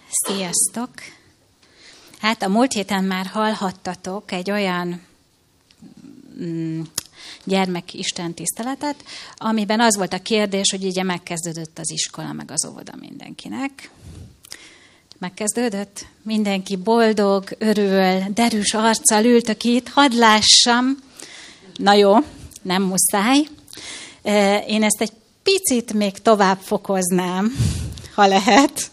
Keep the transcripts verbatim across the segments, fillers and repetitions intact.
Sziasztok! Hát a múlt héten már hallhattatok egy olyan mm, gyermekisten tiszteletet, amiben az volt a kérdés, hogy ugye megkezdődött az iskola, meg az óvoda mindenkinek. Megkezdődött? Mindenki boldog, örül, derűs arccal ültök itt, hadd lássam. Na jó, nem muszáj. Én ezt egy picit még tovább fokoznám, ha lehet.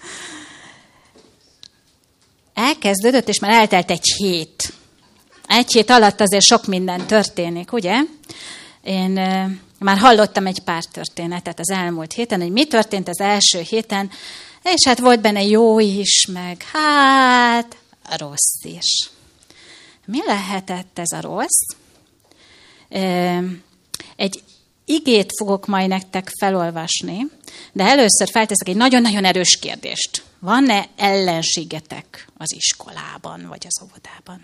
Elkezdődött, és már eltelt egy hét. Egy hét alatt azért sok minden történik, ugye? Én már hallottam egy pár történetet az elmúlt héten, hogy mi történt az első héten, és hát volt benne jó is, meg hát rossz is. Mi lehetett ez a rossz? Egy igét fogok majd nektek felolvasni, de először felteszek egy nagyon-nagyon erős kérdést. Van-e ellenségetek az iskolában, vagy az óvodában?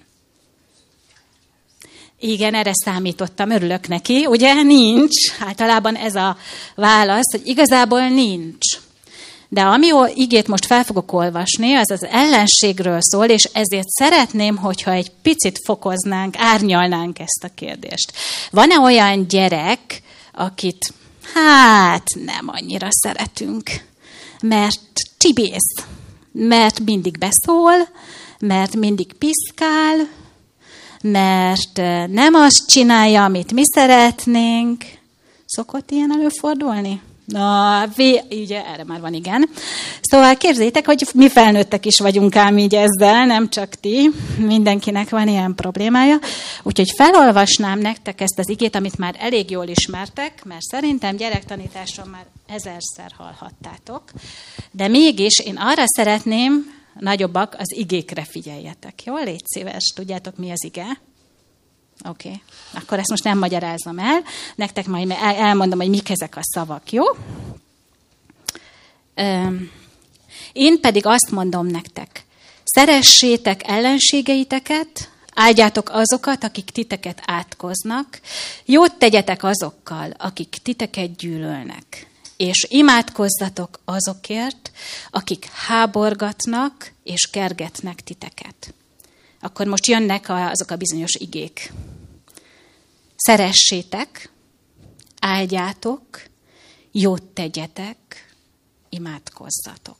Igen, erre számítottam, örülök neki. Ugye nincs, általában ez a válasz, hogy igazából nincs. De ami igét most fel fogok olvasni, az az ellenségről szól, és ezért szeretném, hogyha egy picit fokoznánk, árnyalnánk ezt a kérdést. Van-e olyan gyerek, akit hát nem annyira szeretünk, mert csibész, mert mindig beszól, mert mindig piszkál, mert nem azt csinálja, amit mi szeretnénk. Szokott ilyen előfordulni? Na, vé, ugye, erre már van igen. Szóval képzeljétek, hogy mi felnőttek is vagyunk ám így ezzel, nem csak ti. Mindenkinek van ilyen problémája. Úgyhogy felolvasnám nektek ezt az igét, amit már elég jól ismertek, mert szerintem gyerektanításon már ezerszer hallhattátok. De mégis én arra szeretném, nagyobbak, az igékre figyeljetek. Jó, légy szíves, tudjátok mi az ige? Oké, okay. Akkor ezt most nem magyarázom el. Nektek majd elmondom, hogy mik ezek a szavak, jó? Én pedig azt mondom nektek, szeressétek ellenségeiteket, áldjátok azokat, akik titeket átkoznak, jót tegyetek azokkal, akik titeket gyűlölnek, és imádkozzatok azokért, akik háborgatnak és kergetnek titeket. Akkor most jönnek azok a bizonyos igék. Szeressétek, áldjátok, jót tegyetek, imádkozzatok.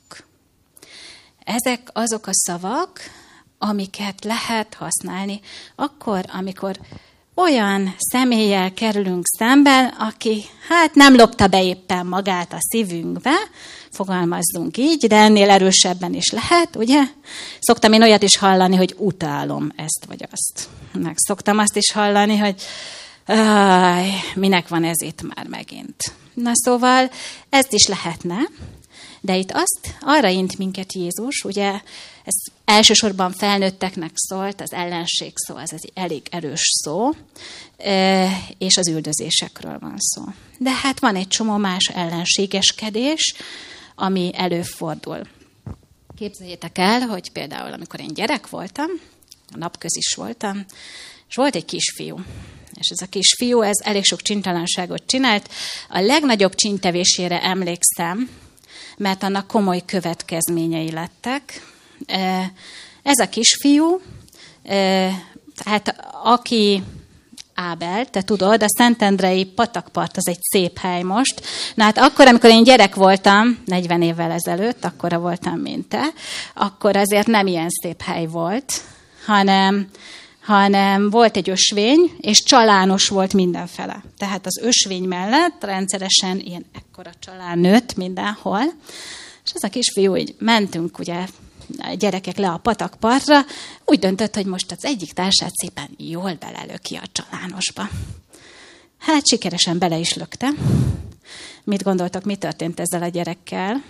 Ezek azok a szavak, amiket lehet használni akkor, amikor olyan személlyel kerülünk szemben, aki hát nem lopta be éppen magát a szívünkbe, fogalmazzunk így, de ennél erősebben is lehet, ugye? Szoktam én olyat is hallani, hogy utálom ezt vagy azt. Meg szoktam azt is hallani, hogy áj, minek van ez itt már megint. Na szóval ezt is lehetne, de itt azt arra int minket Jézus, ugye ez elsősorban felnőtteknek szólt, az ellenség szó, ez egy elég erős szó, és az üldözésekről van szó. De hát van egy csomó más ellenségeskedés, ami előfordul. Képzeljétek el, hogy például amikor én gyerek voltam, a napközis voltam, és volt egy kisfiú. És ez a kisfiú, ez elég sok csintalanságot csinált. A legnagyobb csíntevésére emlékszem, mert annak komoly következményei lettek. Ez a kisfiú, hát aki Ábel, te tudod, a Szentendrei patakpart az egy szép hely most. Na hát akkor, amikor én gyerek voltam, negyven évvel ezelőtt, akkora voltam, mint te, akkor azért nem ilyen szép hely volt, hanem, hanem volt egy ösvény, és csalános volt mindenfele. Tehát az ösvény mellett rendszeresen ilyen ekkora csalán nőtt mindenhol. És ez a kisfiú, így mentünk, ugye, a gyerekek le a patakpartra, úgy döntött, hogy most az egyik társát szépen jól belelöki a csalánosba. Hát sikeresen bele is lökte. Mit gondoltok, mi történt ezzel a gyerekkel?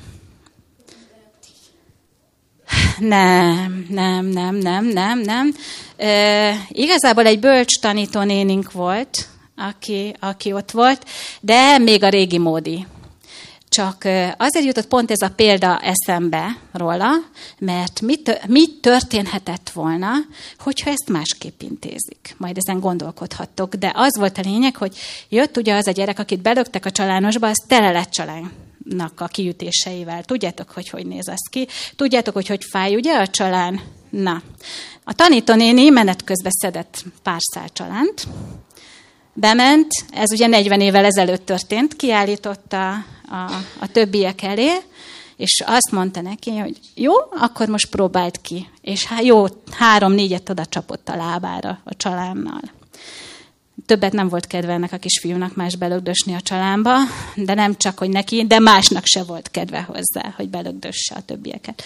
Nem, nem, nem, nem, nem, nem. E, igazából egy bölcs tanítónénink volt, aki, aki ott volt, de még a régi módi. Csak azért jutott pont ez a példa eszembe róla, mert mit, mit történhetett volna, hogyha ezt másképp intézik. Majd ezen gondolkodhattok. De az volt a lényeg, hogy jött ugye az a gyerek, akit belöktek a csalánosba, az tele lett csalán, a kiütéseivel. Tudjátok, hogy hogy néz ez ki? Tudjátok, hogy hogy fáj, ugye a csalán? Na, a tanítónéni menet közben szedett pár szál csalánt, bement, ez ugye negyven évvel ezelőtt történt, kiállította a, a többiek elé, és azt mondta neki, hogy jó, akkor most próbáld ki. És há, jó, három-négyet oda csapott a lábára a csalánnal. Többet nem volt kedve ennek a kisfiúnak más belögdösni a csalánba, de nem csak, hogy neki, de másnak se volt kedve hozzá, hogy belögdösse a többieket.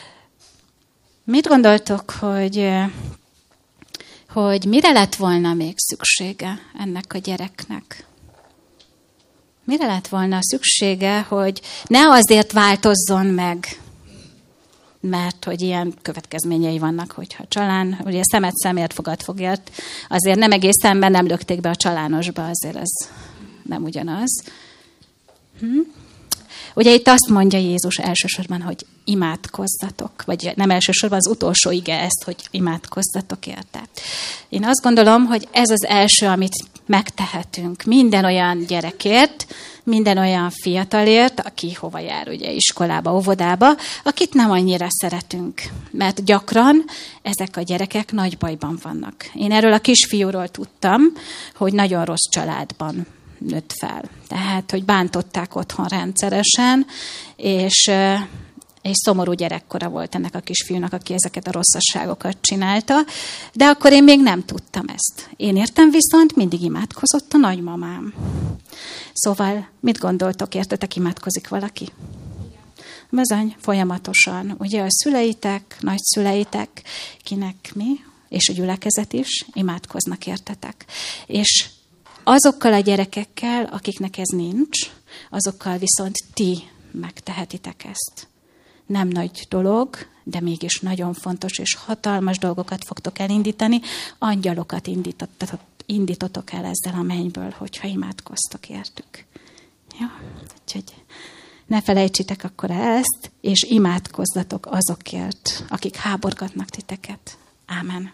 Mit gondoltok, hogy, hogy mire lett volna még szüksége ennek a gyereknek? Mire lett volna szüksége, hogy ne azért változzon meg, mert hogy ilyen következményei vannak, hogyha a csalán, ugye szemet szemért, fogad fogért, azért nem egész szemben nem lökték be a csalánosba, azért ez nem ugyanaz. Hm? Ugye itt azt mondja Jézus elsősorban, hogy imádkozzatok, vagy nem elsősorban, az utolsó ige ezt, hogy imádkozzatok érte. Én azt gondolom, hogy ez az első, amit megtehetünk minden olyan gyerekért, minden olyan fiatalért, aki hova jár, ugye iskolába, óvodába, akit nem annyira szeretünk. Mert gyakran ezek a gyerekek nagy bajban vannak. Én erről a kisfiúról tudtam, hogy nagyon rossz családban nőtt fel. Tehát, hogy bántották otthon rendszeresen, és, és szomorú gyerekkora volt ennek a kisfiúnak, aki ezeket a rosszasságokat csinálta. De akkor én még nem tudtam ezt. Én értem viszont, mindig imádkozott a nagymamám. Szóval, mit gondoltok, értetek, imádkozik valaki? Bizony, folyamatosan. Ugye a szüleitek, nagyszüleitek, kinek mi, és a gyülekezet is imádkoznak, értetek. És azokkal a gyerekekkel, akiknek ez nincs, azokkal viszont ti megtehetitek ezt. Nem nagy dolog, de mégis nagyon fontos, és hatalmas dolgokat fogtok elindítani. Angyalokat indítottatok, indítotok el ezzel a mennyből, hogyha imádkoztok értük. Jó? Úgyhogy ne felejtsétek akkor ezt, és imádkozzatok azokért, akik háborgatnak titeket. Ámen.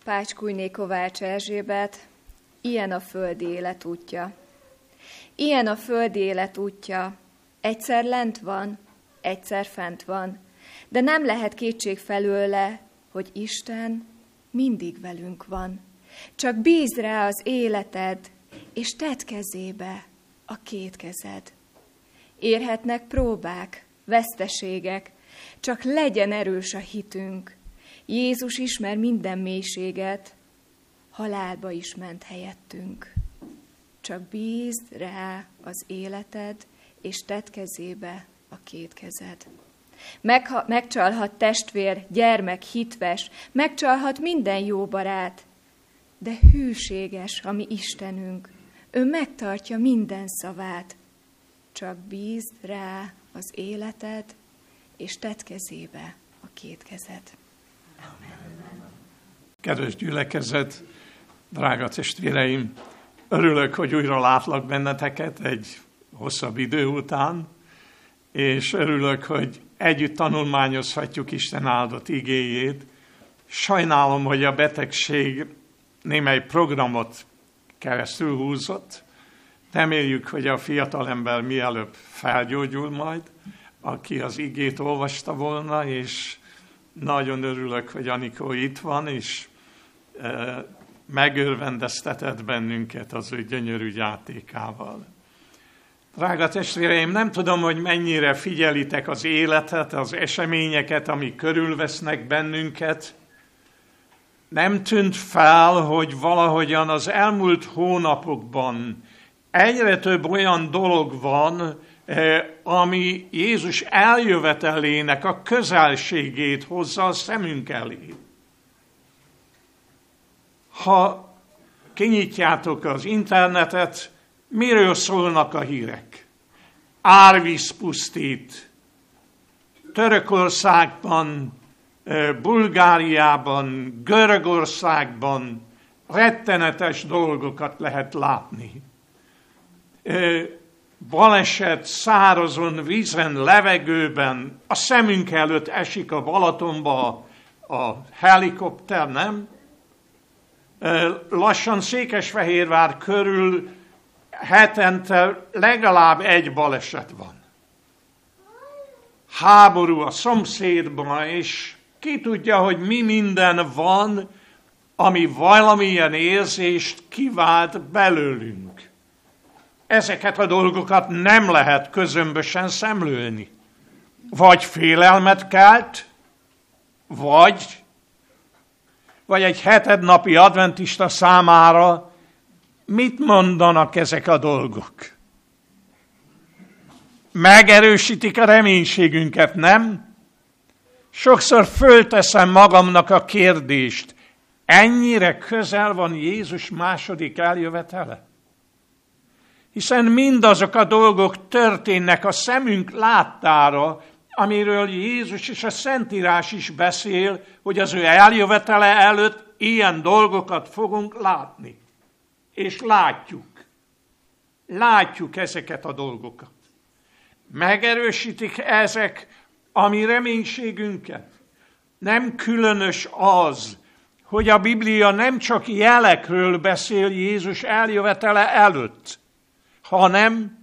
Pácskújné Kovács Erzsébet, ilyen a földi élet útja. Ilyen a földi élet útja, egyszer lent van, egyszer fent van, de nem lehet kétség felőle, hogy Isten mindig velünk van. Csak bízd rá az életed, és tedd kezébe a két kezed. Érhetnek próbák, veszteségek, csak legyen erős a hitünk. Jézus ismer minden mélységet, halálba is ment helyettünk. Csak bízd rá az életed, és tedd kezébe a két kezed. Megha- megcsalhat testvér, gyermek, hitves, megcsalhat minden jó barát, de hűséges a mi Istenünk, ő megtartja minden szavát. Csak bízd rá az életed, és tedd kezébe a két kezed. Amen. Kedves gyülekezet, drága testvéreim, örülök, hogy újra látlak benneteket egy hosszabb idő után, és örülök, hogy együtt tanulmányozhatjuk Isten áldott igéjét. Sajnálom, hogy a betegség némely programot keresztül húzott. Reméljük, hogy a fiatalember mielőbb felgyógyul majd, aki az igét olvasta volna, és nagyon örülök, hogy Anikó itt van, és e, megörvendeztetett bennünket az ő gyönyörű játékával. Drága testvéreim, nem tudom, hogy mennyire figyelitek az életet, az eseményeket, amik körülvesznek bennünket. Nem tűnt fel, hogy valahogyan az elmúlt hónapokban egyre több olyan dolog van, ami Jézus eljövetelének a közelségét hozza a szemünk elé. Ha kinyitjátok az internetet, miről szólnak a hírek? Árvíz pusztít. Törökországban, Bulgáriában, Görögországban rettenetes dolgokat lehet látni. Baleset szárazon, vízen, levegőben, a szemünk előtt esik a Balatonba a helikopter, nem? Lassan Székesfehérvár körül hetente legalább egy baleset van. Háború a szomszédban, és ki tudja, hogy mi minden van, ami valamilyen érzést kivált belőlünk. Ezeket a dolgokat nem lehet közömbösen szemlélni. Vagy félelmet kelt, vagy, vagy egy hetednapi adventista számára mit mondanak ezek a dolgok? Megerősítik a reménységünket, nem? Sokszor fölteszem magamnak a kérdést, ennyire közel van Jézus második eljövetele? Hiszen mindazok a dolgok történnek a szemünk láttára, amiről Jézus és a Szentírás is beszél, hogy az ő eljövetele előtt ilyen dolgokat fogunk látni. És látjuk. Látjuk ezeket a dolgokat. Megerősítik ezek a mi reménységünket. Nem különös az, hogy a Biblia nem csak jelekről beszél Jézus eljövetele előtt, hanem,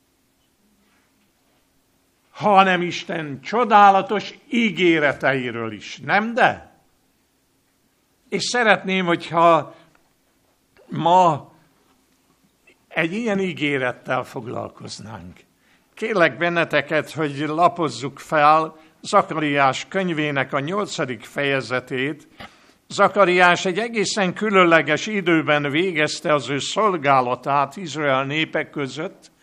hanem Isten csodálatos ígéreteiről is, nem de? És szeretném, hogyha ma egy ilyen ígérettel foglalkoznánk. Kérlek benneteket, hogy lapozzuk fel Zakariás könyvének a nyolcadik fejezetét. Zakariás egy egészen különleges időben végezte az ő szolgálatát Izrael népe között.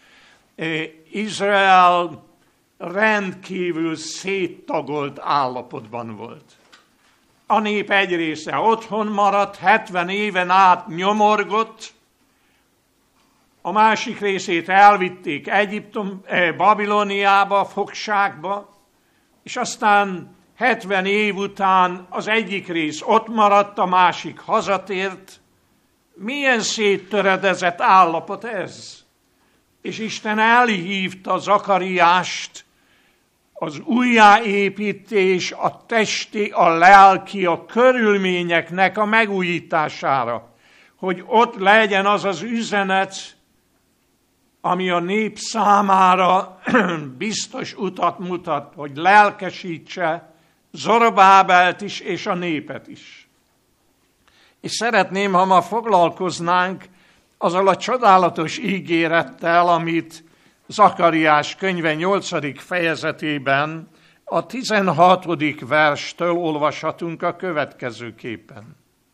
Izrael rendkívül széttagolt állapotban volt. A nép egy része otthon maradt, hetven éven át nyomorgott, a másik részét elvitték Egyiptom, eh, Babiloniába, fogságba, és aztán hetven év után az egyik rész ott maradt, a másik hazatért. Milyen széttöredezett állapot ez? És Isten elhívta Zakariást az újjáépítés, a testi, a lelki, a körülményeknek a megújítására, hogy ott legyen az az üzenet, ami a nép számára biztos utat mutat, hogy lelkesítse Zorobábelt is és a népet is. És szeretném, ha ma foglalkoznánk azzal a csodálatos ígérettel, amit Zakariás könyve nyolcadik fejezetében a tizenhatodik verstől olvashatunk a következőképpen.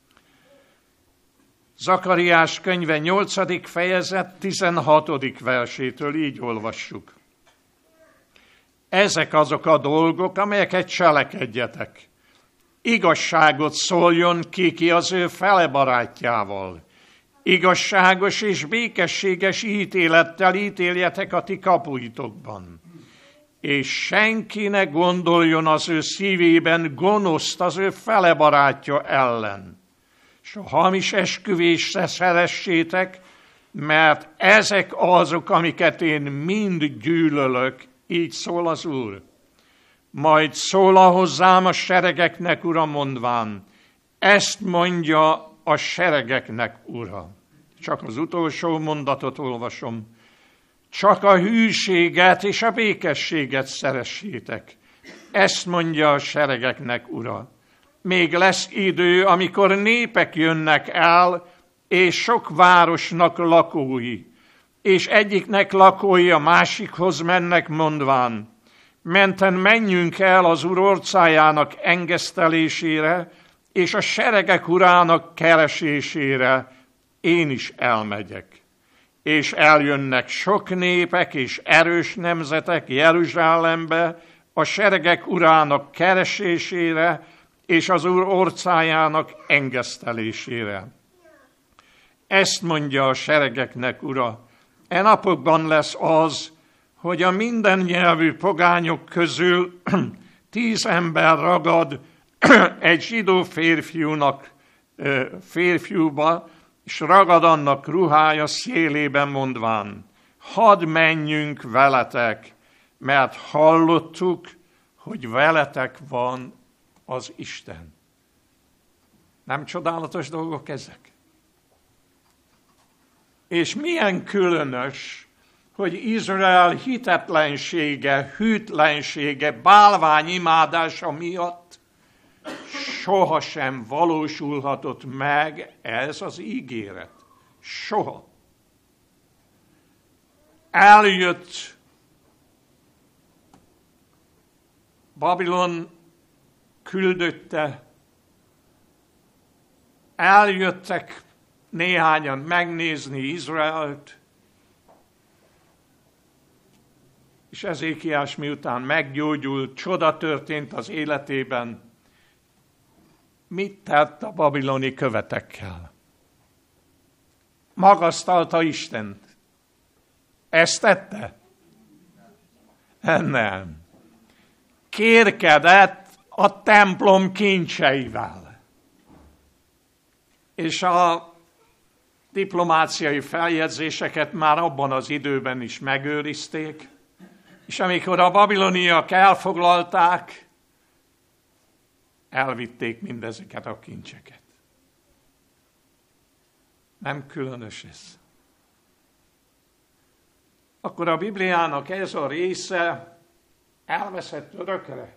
Zakariás könyve nyolcadik fejezet tizenhatodik versétől így olvassuk. Ezek azok a dolgok, amelyeket cselekedjetek. Igazságot szóljon ki ki az ő fele barátjával. Igazságos és békességes ítélettel ítéljetek a ti kapuitokban. És senki ne gondoljon az ő szívében gonoszt az ő fele barátja ellen. És a hamis esküvésre szeressétek, mert ezek azok, amiket én mind gyűlölök, így szól az Úr. Majd szól hozzám a seregeknek ura mondván, ezt mondja a seregeknek ura. Csak az utolsó mondatot olvasom. Csak a hűséget és a békességet szeressétek. Ezt mondja a seregeknek ura. Még lesz idő, amikor népek jönnek el, és sok városnak lakói, és egyiknek lakói a másikhoz mennek mondván, menten menjünk el az Úr orcájának engesztelésére, és a seregek urának keresésére, én is elmegyek. És eljönnek sok népek és erős nemzetek Jeruzsálembe, a seregek urának keresésére, és az Úr orcájának engesztelésére. Ezt mondja a seregeknek ura, e napokban lesz az, hogy a minden nyelvű pogányok közül tíz ember ragad egy zsidó férfiúnak, férfiúba, és ragad annak ruhája szélében mondván, hadd menjünk veletek, mert hallottuk, hogy veletek van az Isten. Nem csodálatos dolgok ezek? És milyen különös, hogy Izrael hitetlensége, hűtlensége, bálványimádása miatt sohasem valósulhatott meg ez az ígéret. Soha. Eljött Babilon küldötte, eljöttek néhányan megnézni Izraelt, és Ezékiás miután meggyógyult, csoda történt az életében, mit tett a babiloni követekkel? Magasztalta Istent. Ezt tette? Nem. Kérkedett a templom kincseivel. És a diplomáciai feljegyzéseket már abban az időben is megőrizték, és amikor a babiloniak elfoglalták, elvitték mindezeket a kincseket. Nem különös ez. Akkor a Bibliának ez a része elveszett örökre.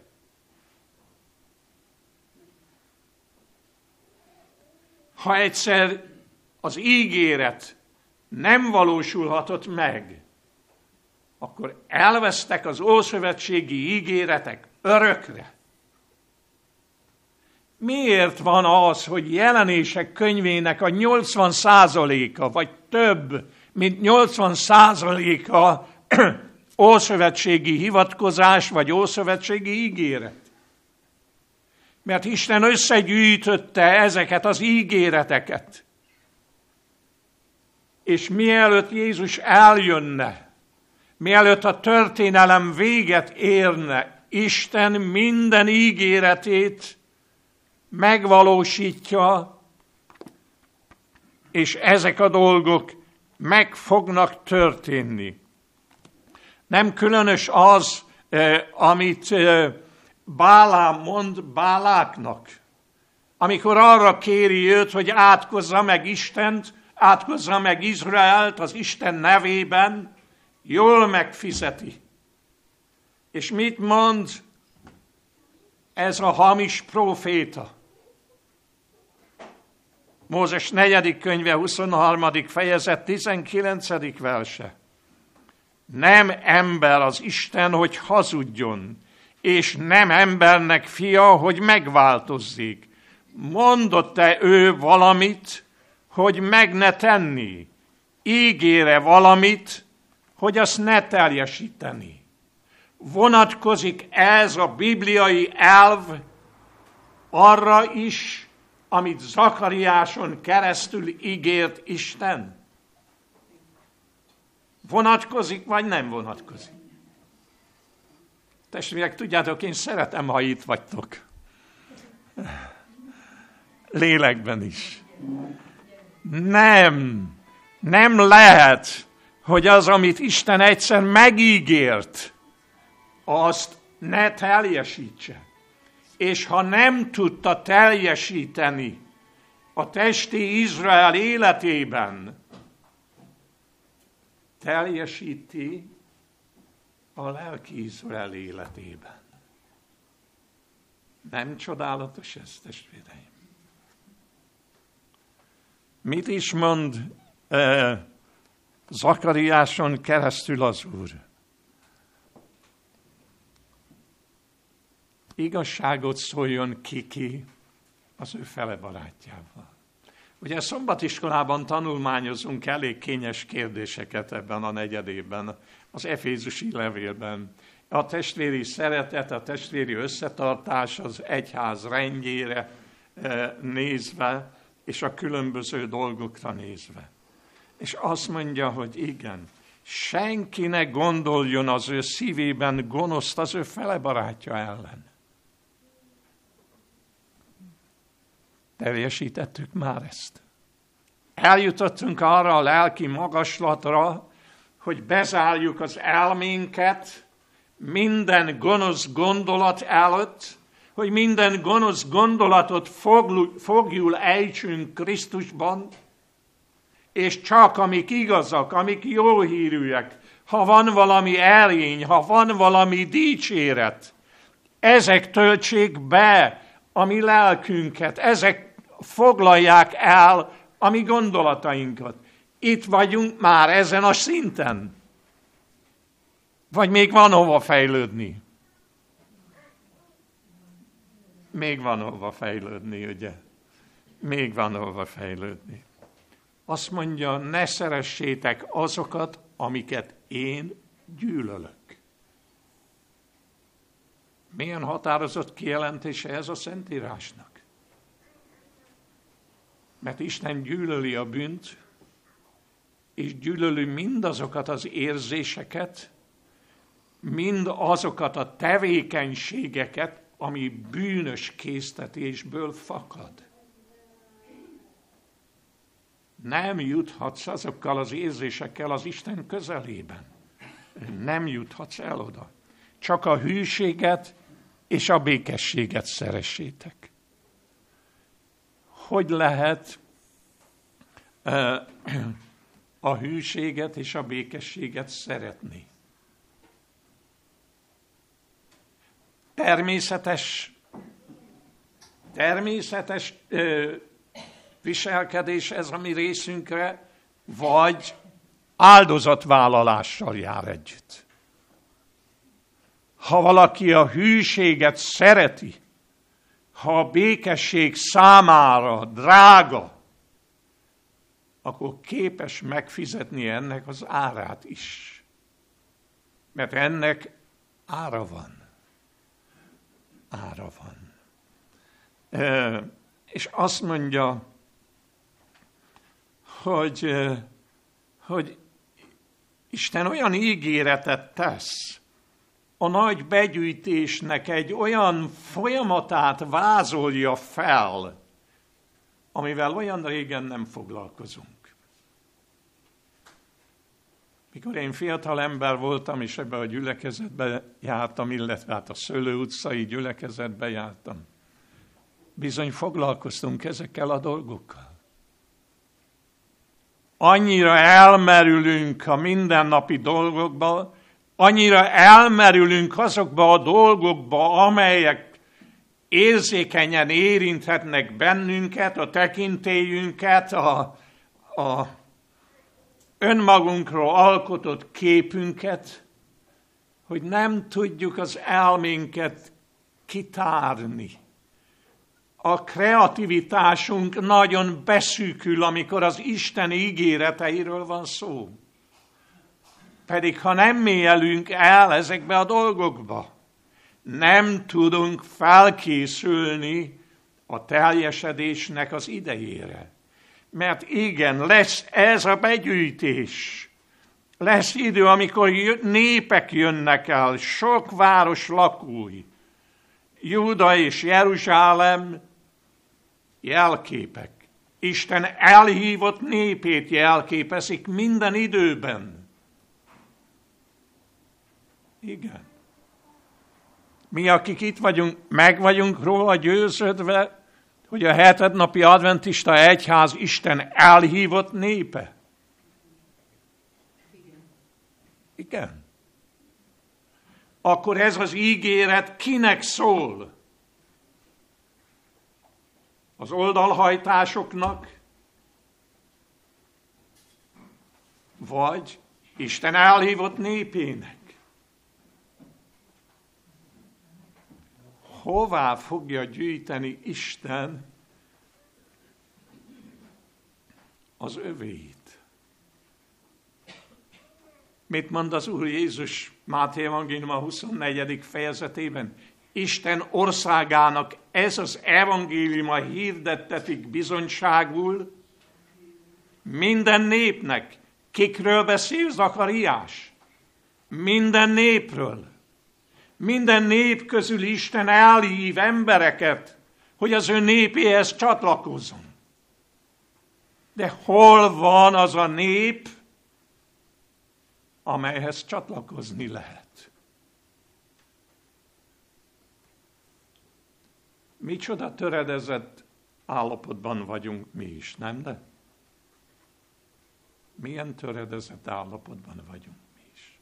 Ha egyszer az ígéret nem valósulhatott meg, akkor elvesztek az ószövetségi ígéretek örökre. Miért van az, hogy Jelenések könyvének a nyolcvan százaléka, vagy több, mint nyolcvan százaléka ószövetségi hivatkozás, vagy ószövetségi ígéret? Mert Isten összegyűjtötte ezeket az ígéreteket. És mielőtt Jézus eljönne, mielőtt a történelem véget érne, Isten minden ígéretét megvalósítja, és ezek a dolgok meg fognak történni. Nem különös az, amit Bálám mond Báláknak, amikor arra kéri őt, hogy átkozza meg Istent, átkozza meg Izraelt az Isten nevében, jól megfizeti. És mit mond ez a hamis próféta? Mózes negyedik könyve, huszonharmadik fejezet, tizenkilencedik verse. Nem ember az Isten, hogy hazudjon, és nem embernek fia, hogy megváltozzék. Mondott-e ő valamit, hogy meg ne tenni? Ígére valamit, hogy azt ne teljesíteni? Vonatkozik ez a bibliai elv arra is, amit Zakariáson keresztül ígért Isten? Vonatkozik, vagy nem vonatkozik? Testvérek, tudjátok, én szeretem, ha itt vagytok. Lélekben is. Nem, nem lehet, hogy az, amit Isten egyszer megígért, azt ne teljesítse. És ha nem tudta teljesíteni a testi Izrael életében, teljesíti a lelki Izrael életében. Nem csodálatos ez, testvéreim? Mit is mond eh, Zakariáson keresztül az Úr? Igazságot szóljon ki-ki az ő fele barátjával. Ugye szombatiskolában tanulmányozunk elég kényes kérdéseket ebben a negyedében, az Efézusi levélben. A testvéri szeretet, a testvéri összetartás az egyház rendjére nézve, és a különböző dolgokra nézve. És azt mondja, hogy igen, senki ne gondoljon az ő szívében gonoszt az ő fele barátja ellen. Teljesítettük már ezt. Eljutottunk arra a lelki magaslatra, hogy bezárjuk az elménket minden gonosz gondolat előtt, hogy minden gonosz gondolatot fogjul ejtsünk Krisztusban, és csak amik igazak, amik jó hírűek, ha van valami erény, ha van valami dicséret, ezek töltsék be a mi lelkünket, ezek foglalják el a mi gondolatainkat. Itt vagyunk már ezen a szinten. Vagy még van hova fejlődni? Még van hova fejlődni, ugye? Még van hova fejlődni. Azt mondja, ne szeressétek azokat, amiket én gyűlölök. Milyen határozott kijelentése ez a Szentírásnak? Mert Isten gyűlöli a bűnt, és gyűlöli mindazokat az érzéseket, mind azokat a tevékenységeket, ami bűnös késztetésből fakad. Nem juthatsz azokkal az érzésekkel az Isten közelében. Nem juthatsz el oda. Csak a hűséget és a békességet szeressétek. Hogy lehet a hűséget és a békességet szeretni? Természetes, természetes ö, viselkedés ez a mi részünkre, vagy áldozatvállalással jár együtt. Ha valaki a hűséget szereti, ha a békesség számára drága, akkor képes megfizetni ennek az árát is. Mert ennek ára van. Ára van. E, és azt mondja, hogy, hogy Isten olyan ígéretet tesz, a nagy begyűjtésnek egy olyan folyamatát vázolja fel, amivel olyan régen nem foglalkozunk. Mikor én fiatal ember voltam, és ebbe a gyülekezetbe jártam, illetve hát a Szőlő utcai gyülekezetbe jártam, bizony foglalkoztunk ezekkel a dolgokkal. Annyira elmerülünk a mindennapi dolgokba, annyira elmerülünk azokba a dolgokba, amelyek érzékenyen érinthetnek bennünket, a tekintélyünket, a, a önmagunkról alkotott képünket, hogy nem tudjuk az elménket kitárni. A kreativitásunk nagyon beszűkül, amikor az Isten ígéreteiről van szó. Pedig ha nem mélyelünk el ezekbe a dolgokba, nem tudunk felkészülni a teljesedésnek az idejére. Mert igen, lesz ez a begyűjtés. Lesz idő, amikor népek jönnek el, sok város lakói. Júda és Jeruzsálem jelképek. Isten elhívott népét jelképezik minden időben. Igen. Mi, akik itt vagyunk, meg vagyunk róla győződve, hogy a hetednapi adventista egyház Isten elhívott népe. Igen. Igen. Akkor ez az ígéret kinek szól? Az oldalhajtásoknak? Vagy Isten elhívott népének? Hová fogja gyűjteni Isten az övéit? Mit mond az Úr Jézus Máté evangélium a huszonnegyedik fejezetében? Isten országának ez az evangéliuma hirdettetik bizonyságul minden népnek. Kikről beszél Zakariás? Minden népről. Minden nép közül Isten elhív embereket, hogy az ő népéhez csatlakozzon. De hol van az a nép, amelyhez csatlakozni lehet? Micsoda töredezett állapotban vagyunk mi is, nem de? Milyen töredezett állapotban vagyunk mi is?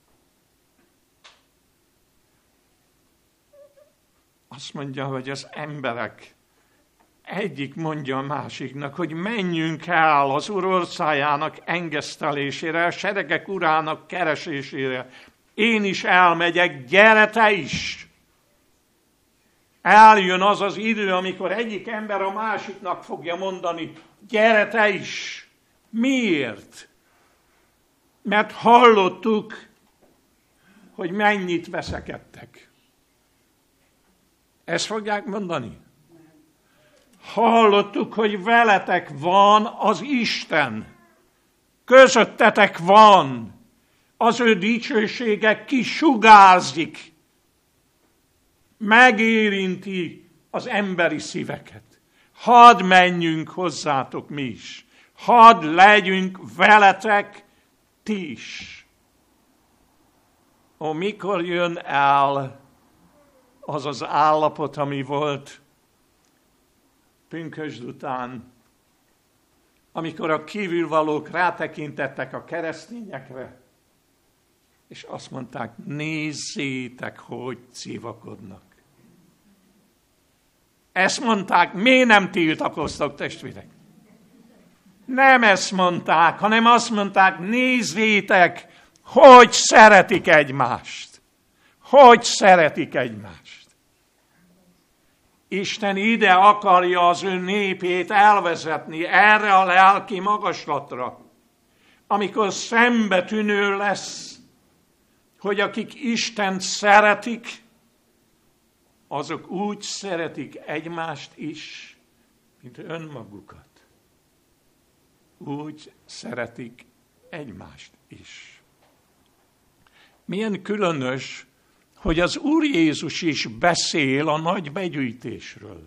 Azt mondja, hogy az emberek egyik mondja a másiknak, hogy menjünk el az Úr országának engesztelésére, a seregek urának keresésére. Én is elmegyek, gyere te is! Eljön az az idő, amikor egyik ember a másiknak fogja mondani, gyere te is! Miért? Mert hallottuk, hogy mennyit veszekedtek. Ezt fogják mondani? Hallottuk, hogy veletek van az Isten. Közöttetek van. Az ő dicsősége kisugárzik. Megérinti az emberi szíveket. Hadd menjünk hozzátok mi is. Hadd legyünk veletek ti is. Ó, mikor jön el az az állapot, ami volt pünkösd után, amikor a kívülvalók rátekintettek a keresztényekre, és azt mondták, nézzétek, hogy civakodnak. Ezt mondták, miért nem tiltakoztak, testvérek? Nem ezt mondták, hanem azt mondták, nézzétek, hogy szeretik egymást. Hogy szeretik egymást. Isten ide akarja az ő népét elvezetni, erre a lelki magaslatra, amikor szembetűnő lesz, hogy akik Istent szeretik, azok úgy szeretik egymást is, mint önmagukat. Úgy szeretik egymást is. Milyen különös, hogy az Úr Jézus is beszél a nagy begyűjtésről.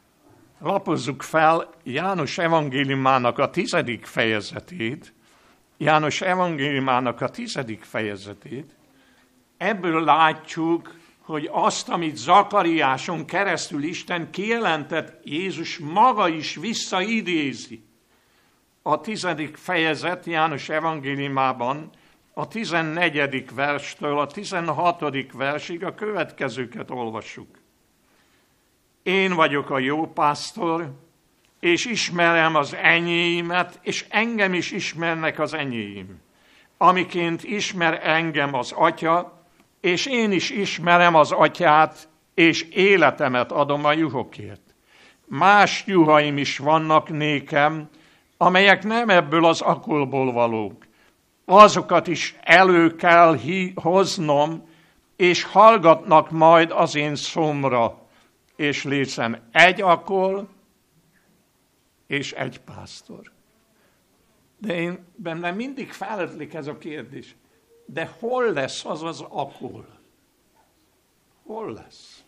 Lapozzuk fel János evangéliumának a tizedik fejezetét, János evangéliumának a tizedik fejezetét, ebből látjuk, hogy azt, amit Zakariáson keresztül Isten kijelentett, Jézus maga is visszaidézi. A tizedik fejezet János evangéliumában a tizennegyedik verstől a tizenhatodik versig a következőket olvassuk. Én vagyok a jó pásztor, és ismerem az enyéimet, és engem is ismernek az enyéim. Amiként ismer engem az Atya, és én is ismerem az Atyát, és életemet adom a juhokért. Más juhaim is vannak nékem, amelyek nem ebből az akolból valók. Azokat is elő kell hoznom, és hallgatnak majd az én szomra, és létszem egy akol, és egy pásztor. De én bennem mindig felötlik ez a kérdés. De hol lesz az az akol? Hol lesz?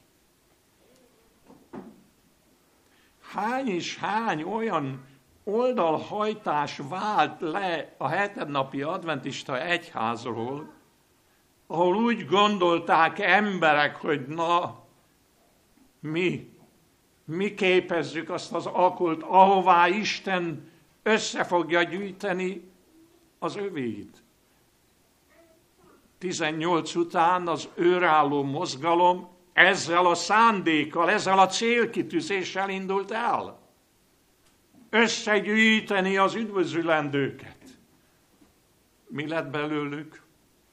Hány és hány olyan oldalhajtás vált le a hetednapi adventista egyházról, ahol úgy gondolták emberek, hogy na, mi, mi képezzük azt az akolt, ahová Isten össze fogja gyűjteni az övéit. tizennyolc után az őrálló mozgalom ezzel a szándékkal, ezzel a célkitűzéssel indult el. Összegyűjteni az üdvözülendőket. Mi lett belőlük?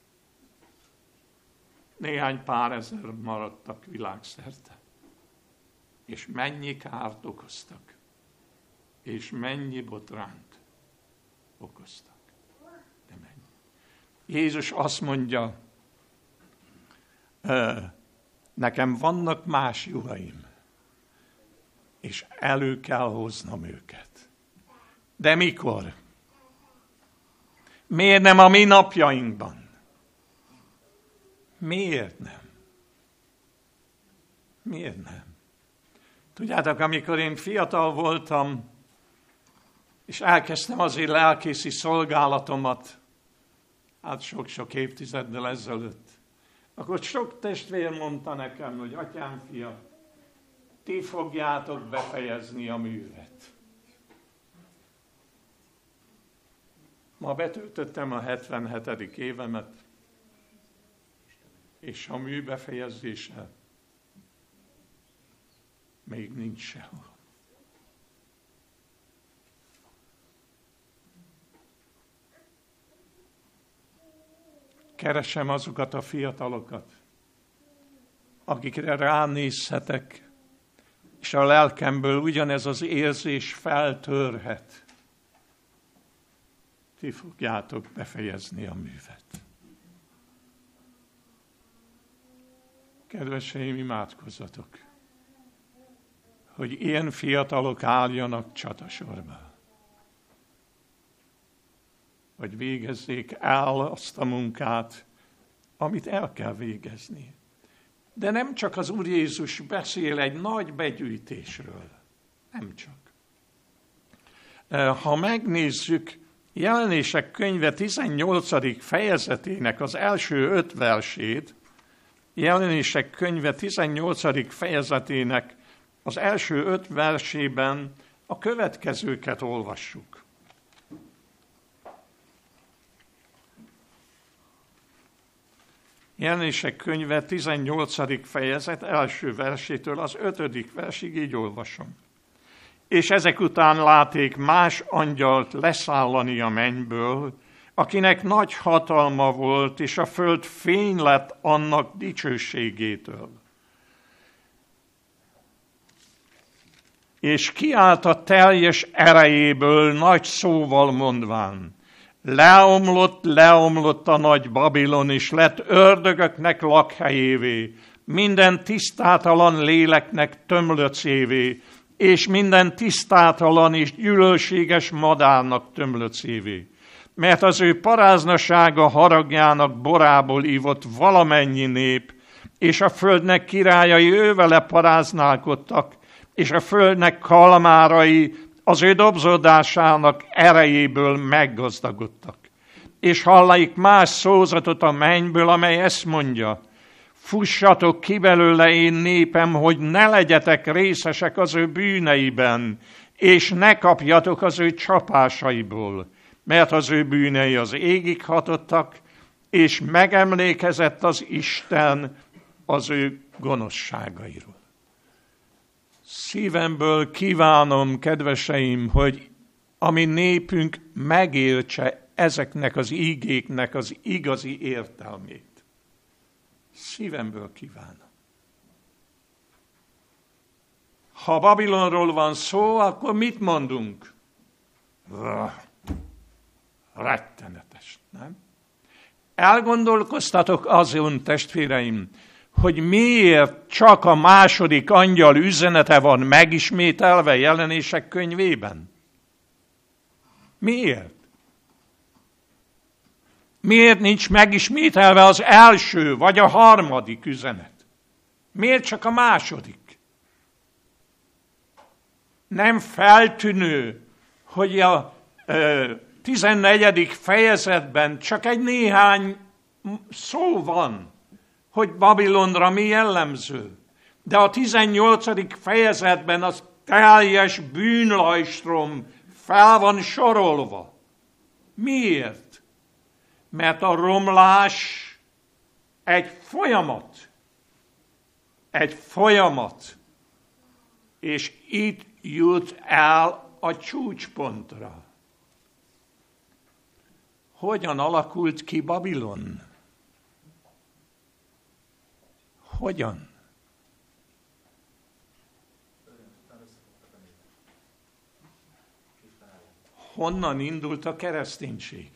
Néhány pár ezer maradtak világszerte. És mennyi kárt okoztak. És mennyi botrányt okoztak. De mennyi. Jézus azt mondja, nekem vannak más juhaim, és elő kell hoznom őket. De mikor? Miért nem a mi napjainkban? Miért nem? Miért nem? Tudjátok, amikor én fiatal voltam, és elkezdtem azért lelkészi szolgálatomat, hát sok-sok évtizeddel ezelőtt, akkor sok testvér mondta nekem, hogy atyám, fia, ti fogjátok befejezni a művet. Ma betöltöttem a hetvenhetedik évemet, és a mű befejezése még nincs sehol. Keresem azokat a fiatalokat, akikre ránézhetek, és a lelkemből ugyanez az érzés feltörhet. Ti fogjátok befejezni a művet. Kedveseim, imádkozzatok, hogy ilyen fiatalok álljanak csatasorba. Hogy végezzék el azt a munkát, amit el kell végezni. De nem csak az Úr Jézus beszél egy nagy begyűjtésről. Nem csak. Ha megnézzük Jelenések könyve tizennyolcadik fejezetének az első öt versét, Jelenések könyve tizennyolcadik fejezetének az első öt versében a következőket olvassuk. Jelenések könyve tizennyolcadik fejezet első versétől az ötödik versig így olvasom. És ezek után láték más angyalt leszállani a mennyből, akinek nagy hatalma volt, és a föld fény lett annak dicsőségétől. És kiállt a teljes erejéből nagy szóval mondván, leomlott, leomlott a nagy Babilon, és lett ördögöknek lakhelyévé, minden tisztátalan léleknek tömlöcévé, és minden tisztátalan és gyűlölséges madárnak tömlöcévé. Mert az ő paráznasága haragjának borából ívott valamennyi nép, és a földnek királyai ővele paráználkodtak, és a földnek kalmárai az ő dobzódásának erejéből meggazdagodtak. és hallik más szózatot a mennyből, amely ezt mondja: fussatok ki belőle, én népem, hogy ne legyetek részesek az ő bűneiben, és ne kapjatok az ő csapásaiból, mert az ő bűnei az égig hatottak, és megemlékezett az Isten az ő gonoszságairól. Szívemből kívánom, kedveseim, hogy a mi népünk megértse ezeknek az ígéknek az igazi értelmét. Szívemből kívánom. Ha Babilonról van szó, akkor mit mondunk? Rettenetes, nem? Elgondolkoztatok azon, testvéreim, hogy miért csak a második angyal üzenete van megismételve Jelenések könyvében? Miért? Miért nincs megismételve az első vagy a harmadik üzenet? Miért csak a második? Nem feltűnő, hogy a ö, tizennegyedik fejezetben csak egy néhány szó van, hogy Babilonra mi jellemző. De a tizennyolcadik fejezetben az teljes bűnlajstrom fel van sorolva. Miért? Mert a romlás egy folyamat. Egy folyamat. És itt jut el a csúcspontra. Hogyan alakult ki Babilon? Hogyan? Honnan indult a kereszténység?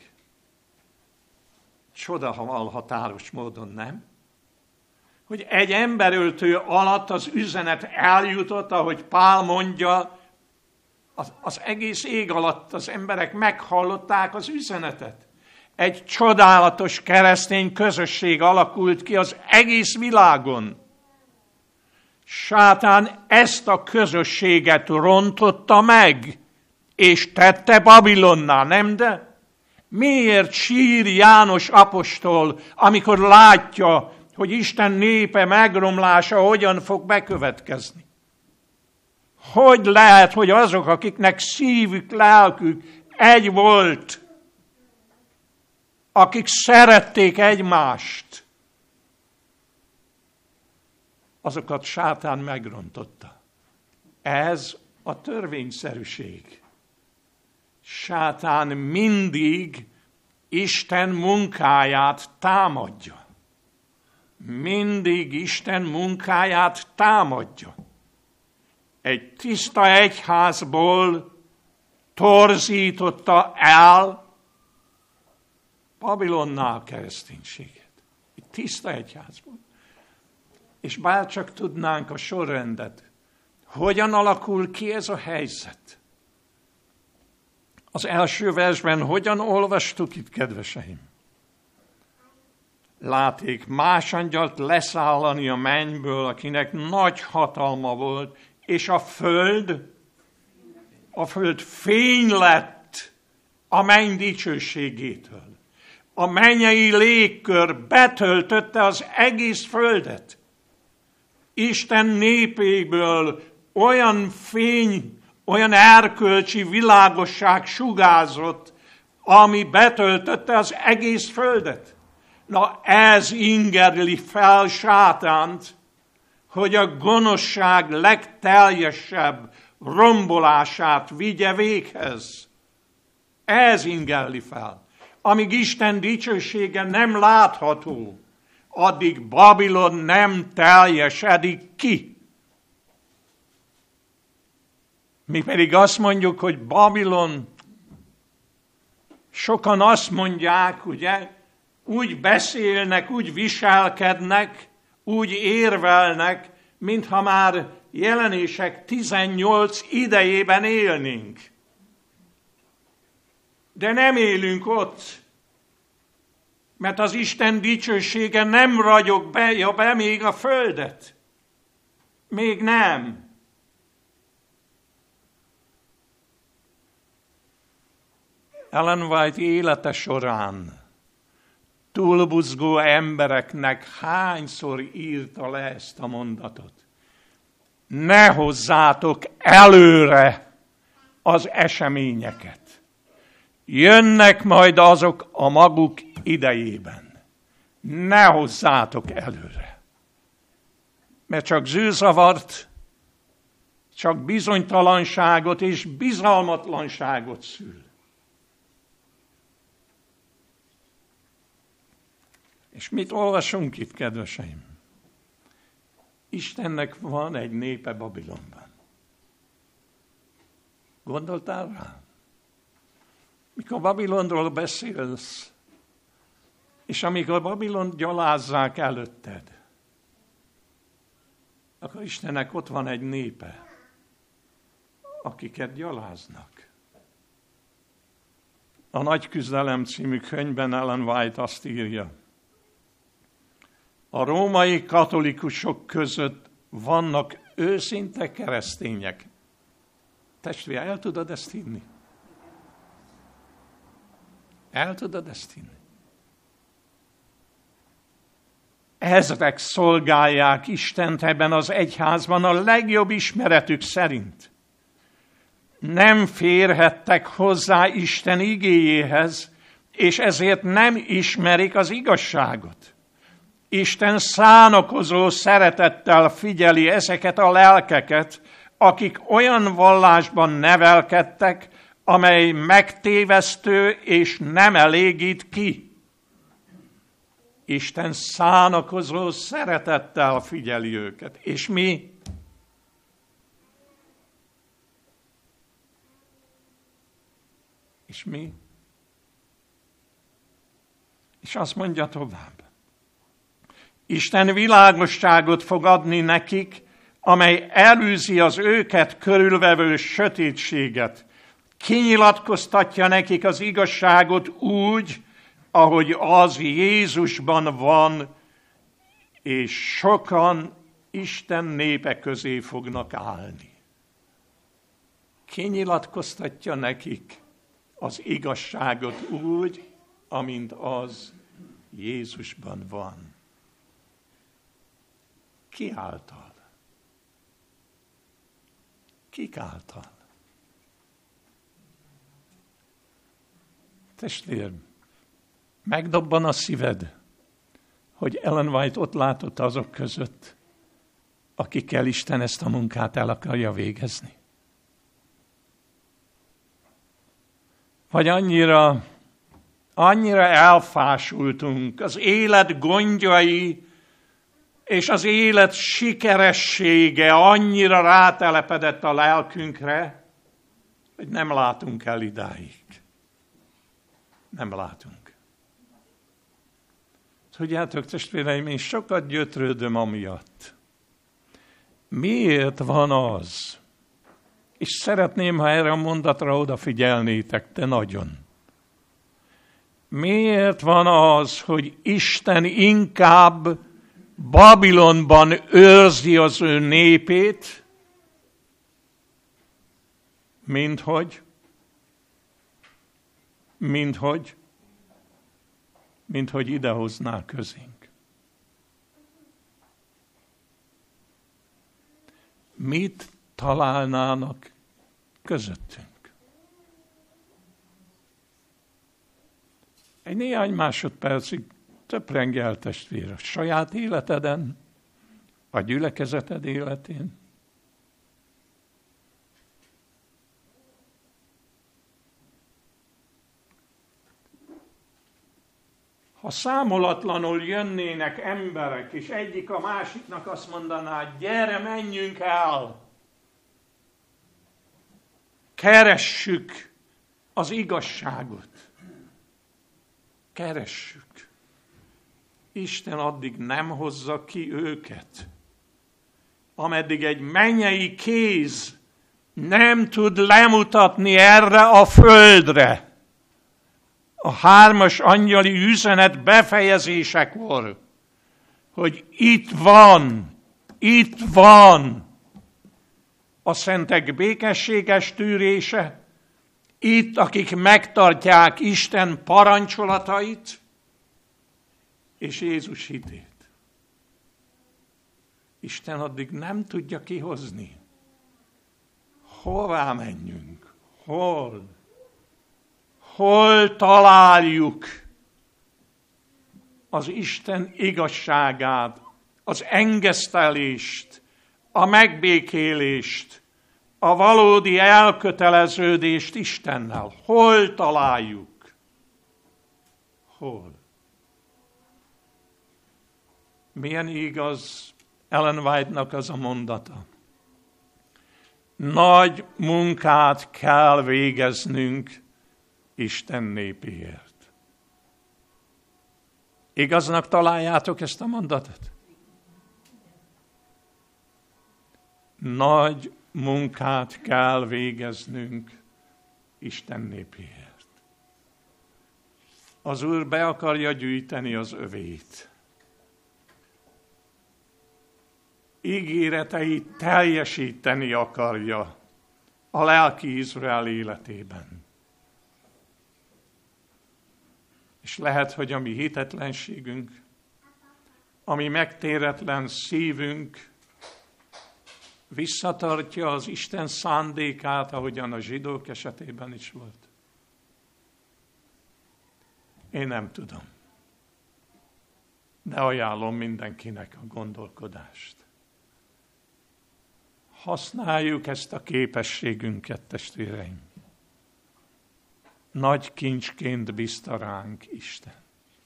Csodaval határos módon, nem? Hogy egy emberöltő alatt az üzenet eljutott, ahogy Pál mondja, az, az egész ég alatt az emberek meghallották az üzenetet. Egy csodálatos keresztény közösség alakult ki az egész világon. Sátán ezt a közösséget rontotta meg, és tette Babilonná, nem de? Miért sír János apostol, amikor látja, hogy Isten népe megromlása hogyan fog bekövetkezni? Hogy lehet, hogy azok, akiknek szívük, lelkük egy volt, akik szerették egymást, azokat sátán megrontotta. Ez a törvényszerűség. Sátán mindig Isten munkáját támadja. Mindig Isten munkáját támadja. Egy tiszta egyházból torzította el Babilonnál a kereszténységet. Egy tiszta egyházból. És bárcsak tudnánk a sorrendet, hogyan alakul ki ez a helyzet. Az első versben hogyan olvastuk itt, kedveseim? Láték más angyalt leszállani a mennyből, akinek nagy hatalma volt, és a föld, a föld fény lett a menny dicsőségétől. A mennyei légkör betöltötte az egész földet. Isten népéből olyan fény, olyan erkölcsi világosság sugárzott, ami betöltötte az egész földet. Na ez ingerli fel sátánt, hogy a gonoszság legteljesebb rombolását vigye véghez. Ez ingerli fel. Amíg Isten dicsősége nem látható, addig Babilon nem teljesedik ki. Mi pedig azt mondjuk, hogy Babilon, sokan azt mondják, ugye, úgy beszélnek, úgy viselkednek, úgy érvelnek, mintha már Jelenések tizennyolc idejében élnénk. De nem élünk ott, mert az Isten dicsősége nem ragyog be, ja be még a földet. Még nem. Ellen White élete során túlbuzgó embereknek hányszor írta le ezt a mondatot. Ne hozzátok előre az eseményeket. Jönnek majd azok a maguk idejében. Ne hozzátok előre. Mert csak zűrzavart, csak bizonytalanságot és bizalmatlanságot szül. És mit olvasunk itt, kedveseim? Istennek van egy népe Babilonban. Gondoltál rá? Mikor Babilonról beszélsz, és amikor Babilont gyalázzák előtted, akkor Istennek ott van egy népe, akiket gyaláznak. A Nagy Küzdelem című könyvben Ellen White azt írja, a római katolikusok között vannak őszinte keresztények. Testvér, el tudod ezt hinni? El tudod ezt hinni? Ezrek szolgálják Istent ebben az egyházban a legjobb ismeretük szerint. Nem férhettek hozzá Isten igéjéhez, és ezért nem ismerik az igazságot. Isten szánakozó szeretettel figyeli ezeket a lelkeket, akik olyan vallásban nevelkedtek, amely megtévesztő és nem elégít ki. Isten szánakozó szeretettel figyeli őket. És mi? És mi? És azt mondja tovább. Isten világosságot fog adni nekik, amely elűzi az őket körülvevő sötétséget. Kinyilatkoztatja nekik az igazságot úgy, ahogy az Jézusban van, és sokan Isten népe közé fognak állni. Kinyilatkoztatja nekik az igazságot úgy, amint az Jézusban van. Ki által? Kik által? Testvér, megdobban a szíved, hogy Ellen White ott látott azok között, akikkel Isten ezt a munkát el akarja végezni. Vagy annyira, annyira elfásultunk az élet gondjai, és az élet sikeressége annyira rátelepedett a lelkünkre, hogy nem látunk el idáig. Nem látunk. Tudjátok, testvéreim, én sokat gyötrődöm amiatt. Miért van az? És szeretném, ha erre a mondatra odafigyelnétek, te nagyon. Miért van az, hogy Isten inkább Babilonban őrzi az ő népét, mint hogy, mint hogy, mint hogy idehozná közénk. Mit találnának közöttünk? Egy néhány másodpercig töprengj el, testvér, a saját életeden, a gyülekezeted életén. Ha számolatlanul jönnének emberek, és egyik a másiknak azt mondaná, gyere, menjünk el, keressük az igazságot. Keressük. Isten addig nem hozza ki őket, ameddig egy mennyei kéz nem tud lemutatni erre a földre. A hármas angyali üzenet befejezésekor, hogy itt van, itt van a szentek békességes tűrése, itt, akik megtartják Isten parancsolatait és Jézus hitét. Isten addig nem tudja kihozni. Hová menjünk? Hol? Hol találjuk az Isten igazságát, az engesztelést, a megbékélést, a valódi elköteleződést Istennel? Hol találjuk? Hol? Milyen igaz Ellen White-nak az a mondata? Nagy munkát kell végeznünk Isten népéért. Igaznak találjátok ezt a mondatot? Nagy munkát kell végeznünk Isten népéért. Az Úr be akarja gyűjteni az övét. Ígéreteit teljesíteni akarja a lelki Izrael életében. És lehet, hogy a mi hitetlenségünk, a mi megtéretlen szívünk visszatartja az Isten szándékát, ahogyan a zsidók esetében is volt. Én nem tudom. De ajánlom mindenkinek a gondolkodást. Használjuk ezt a képességünket, testvéreim. Nagy kincsként bízta ránk Isten.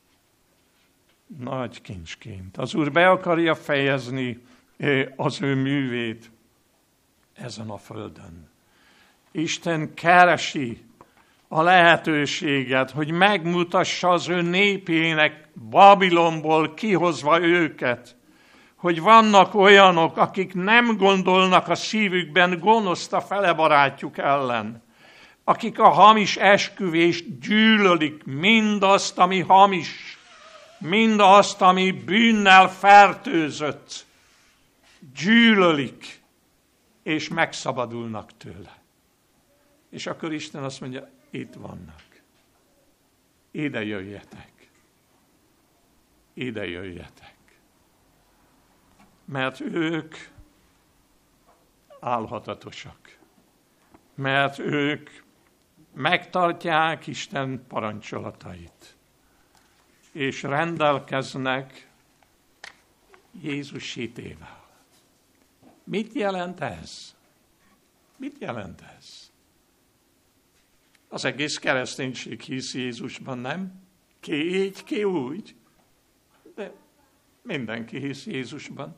Nagy kincsként. Az Úr be akarja fejezni az ő művét ezen a földön. Isten keresi a lehetőséget, hogy megmutassa az ő népének Babilonból kihozva őket, hogy vannak olyanok, akik nem gondolnak a szívükben gonoszt a fele barátjuk ellen, akik a hamis esküvést gyűlölik, mindazt, ami hamis, mindazt, ami bűnnel fertőzött, gyűlölik, és megszabadulnak tőle. És akkor Isten azt mondja, itt vannak. Ide jöjjetek. Ide jöjjetek. Mert ők álhatatosak. Mert ők megtartják Isten parancsolatait. És rendelkeznek Jézus hitével. Mit jelent ez? Mit jelent ez? Az egész kereszténység hisz Jézusban, nem? Ki így, ki úgy. De mindenki hisz Jézusban.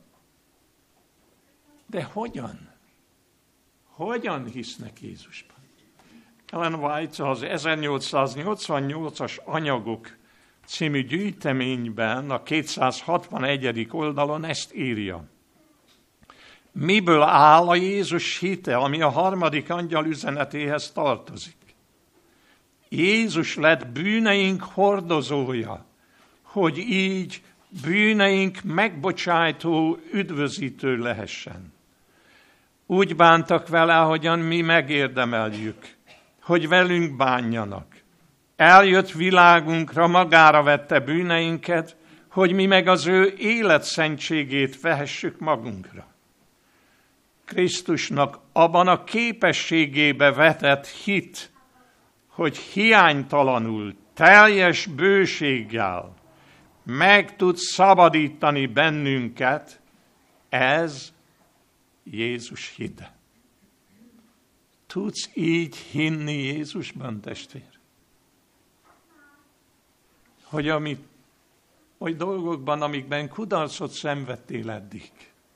De hogyan? Hogyan hisznek Jézusban? Ellen White az ezernyolcszáznyolcvannyolcas anyagok című gyűjteményben a kétszázhatvanegyedik oldalon ezt írja. Miből áll a Jézus hite, ami a harmadik angyal üzenetéhez tartozik? Jézus lett bűneink hordozója, hogy így bűneink megbocsájtó, üdvözítő lehessen. Úgy bántak vele, ahogyan mi megérdemeljük, hogy velünk bánjanak. Eljött világunkra, magára vette bűneinket, hogy mi meg az ő életszentségét vehessük magunkra. Krisztusnak abban a képességébe vetett hit, hogy hiánytalanul, teljes bőséggel meg tud szabadítani bennünket, ez Jézus hite. Tudsz így hinni Jézusban, testvér? Hogy amit, oly dolgokban, amikben kudarcot szenvedtél eddig,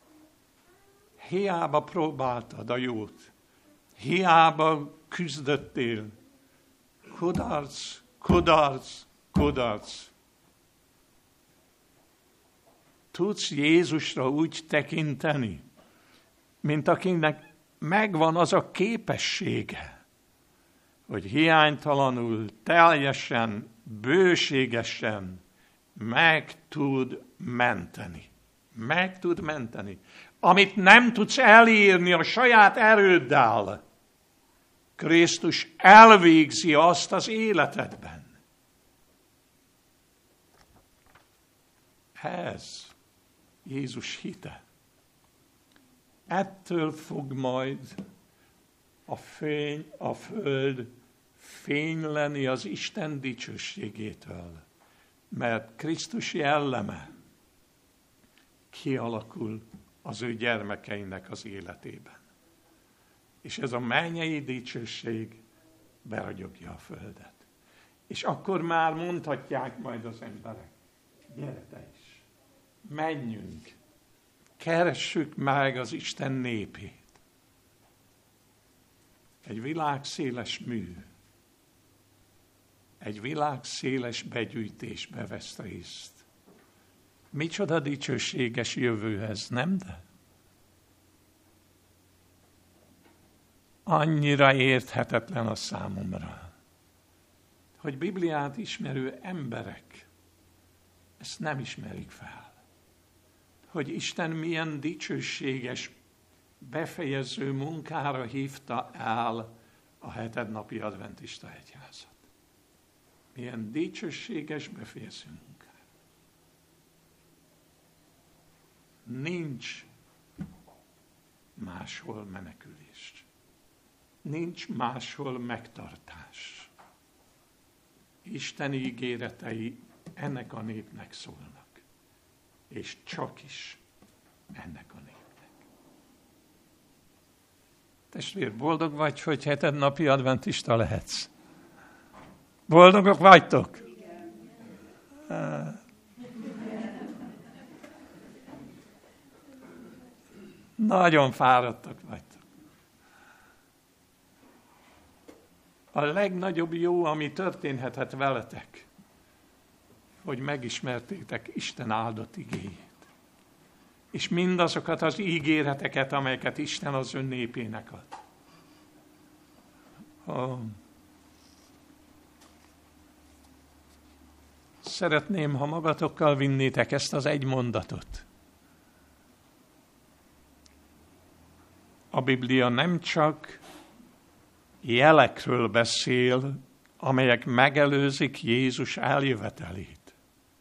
hiába próbáltad a jót, hiába küzdöttél, kudarc, kudarc, kudarc. Tudsz Jézusra úgy tekinteni, mint akinek megvan az a képessége, hogy hiánytalanul, teljesen, bőségesen meg tud menteni. Meg tud menteni. Amit nem tudsz elírni a saját erőddel, Krisztus elvégzi azt az életedben. Ez Jézus hite. Ettől fog majd a fény, a föld fényleni az Isten dicsőségétől, mert Krisztus jelleme kialakul az ő gyermekeinek az életében. És ez a mennyei dicsőség beragyogja a földet. És akkor már mondhatják majd az emberek, gyere te is, menjünk, keressük meg az Isten népét. Egy világszéles mű, egy világszéles begyűjtésbe vesz részt. Micsoda dicsőséges jövőhez, nem de? Annyira érthetetlen a számomra, hogy Bibliát ismerő emberek ezt nem ismerik fel. Hogy Isten milyen dicsőséges, befejező munkára hívta el a hetednapi adventista egyházat. Milyen dicsőséges, befejező munkára. Nincs máshol menekülés. Nincs máshol megtartás. Isten ígéretei ennek a népnek szólnak. És csak is ennek a népnek. Testvér, boldog vagy, hogy hetednapi adventista lehetsz? Boldogok vagytok? Igen. Nagyon fáradtak vagytok. A legnagyobb jó, ami történhetett veletek, hogy megismertétek Isten áldott igéjét. És mindazokat az ígéreteket, amelyeket Isten az ön népének ad. Oh. Szeretném, ha magatokkal vinnétek ezt az egy mondatot. A Biblia nem csak jelekről beszél, amelyek megelőzik Jézus eljövetelét,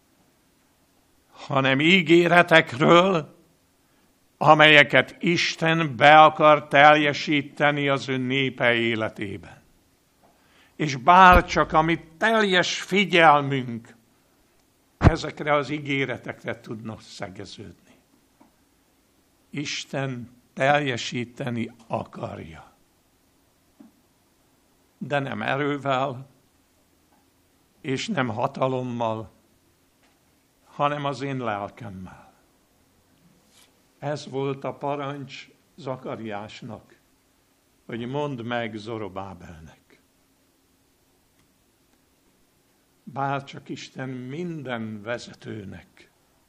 hanem ígéretekről, amelyeket Isten be akar teljesíteni az ő népe életében. És bárcsak amit teljes figyelmünk ezekre az ígéretekre tudna szegeződni. Isten teljesíteni akarja. De nem erővel, és nem hatalommal, hanem az én lelkemmel. Ez volt a parancs Zakariásnak, hogy mondd meg Zorobábelnek. Bárcsak Isten minden vezetőnek,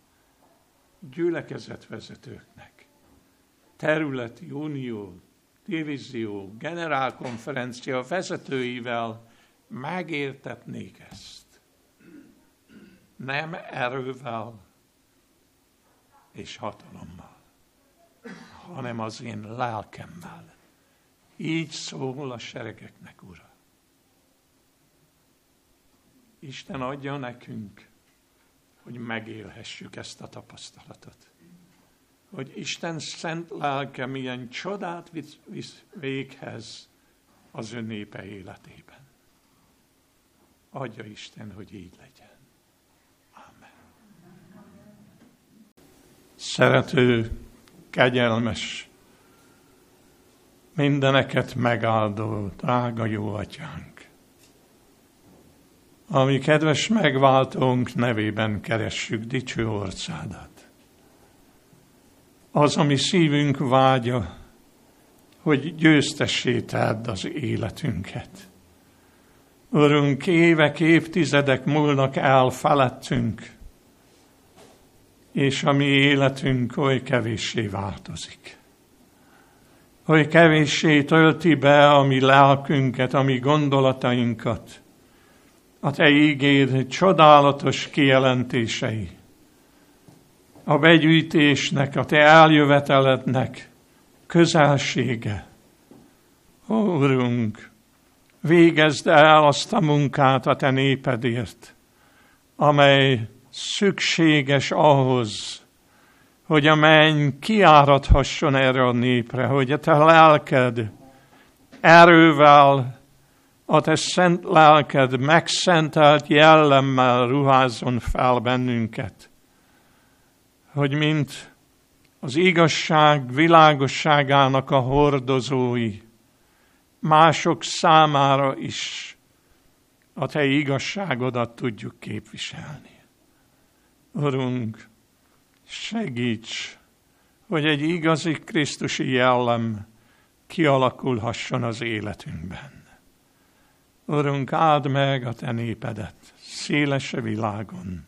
gyülekezetvezetőknek, területi unió, divízió, generálkonferencia vezetőivel megértetnék ezt. Nem erővel és hatalommal, hanem az én lelkemmel. Így szól a seregeknek Ura. Isten adja nekünk, hogy megélhessük ezt a tapasztalatot. Hogy Isten szent lelke milyen csodát visz véghez az ön népe életében. Adja Isten, hogy így legyen. Amen. Szerető, kegyelmes, mindeneket megáldó, drága jó atyánk, ami kedves megváltónk nevében keressük dicső orcádat. Az, ami szívünk vágya, hogy győztessé tedd az életünket. Urunk, évek, évtizedek múlnak el felettünk, és a mi életünk oly kevéssé változik. Oly kevéssé tölti be a mi lelkünket, a mi gondolatainkat, a te ígéd csodálatos kijelentései, a begyűjtésnek, a te eljövetelednek közelsége. Ó, Urunk, végezd el azt a munkát a te népedért, amely szükséges ahhoz, hogy a menny kiáradhasson erre a népre, hogy a te lelked erővel, a te szent lelked megszentelt jellemmel ruházzon fel bennünket, hogy mint az igazság világosságának a hordozói, mások számára is a te igazságodat tudjuk képviselni. Urunk, segíts, hogy egy igazi krisztusi jellem kialakulhasson az életünkben. Urunk, áld meg a te népedet széles világon.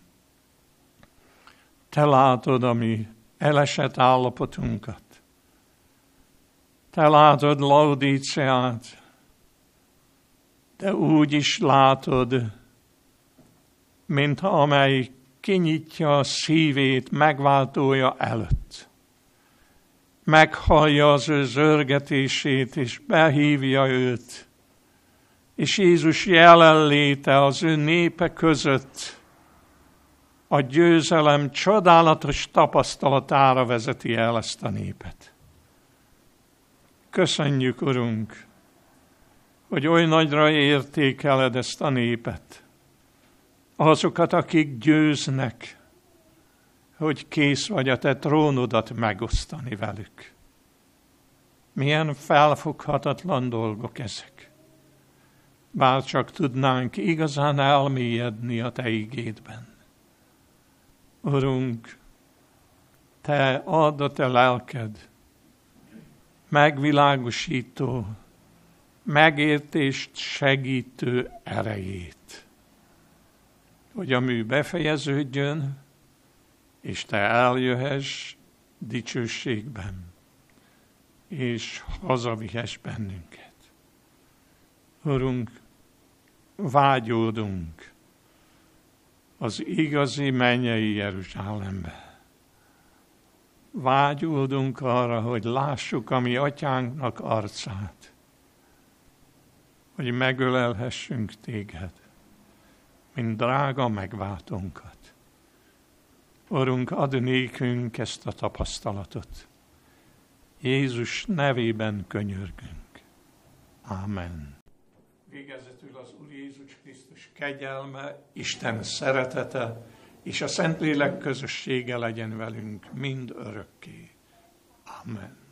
Te látod a mi elesett állapotunkat. Te látod Laodíceát, de úgy is látod, mint amely kinyitja a szívét megváltója előtt. Meghallja az ő zörgetését, és behívja őt. És Jézus jelenléte az ő népe között a győzelem csodálatos tapasztalatára vezeti el ezt a népet. Köszönjük, Urunk, hogy oly nagyra értékeled ezt a népet, azokat, akik győznek, hogy kész vagy a te trónodat megosztani velük. Milyen felfoghatatlan dolgok ezek. Bár csak tudnánk igazán elmélyedni a te igédben. Urunk, te add a te lelked megvilágosító, megértést segítő erejét, hogy a mű befejeződjön, és te eljöhess dicsőségben, és hazavihess bennünket. Urunk, vágyódunk az igazi mennyei Jeruzsálembe. Vágyódunk arra, hogy lássuk a mi atyánknak arcát, hogy megölelhessünk téged, mint drága megváltónkat. Urunk, add nékünk ezt a tapasztalatot. Jézus nevében könyörgünk. Ámen. Végezetül az Úr Jézus Krisztus kegyelme, Isten szeretete és a Szentlélek közössége legyen velünk mind örökké. Amen.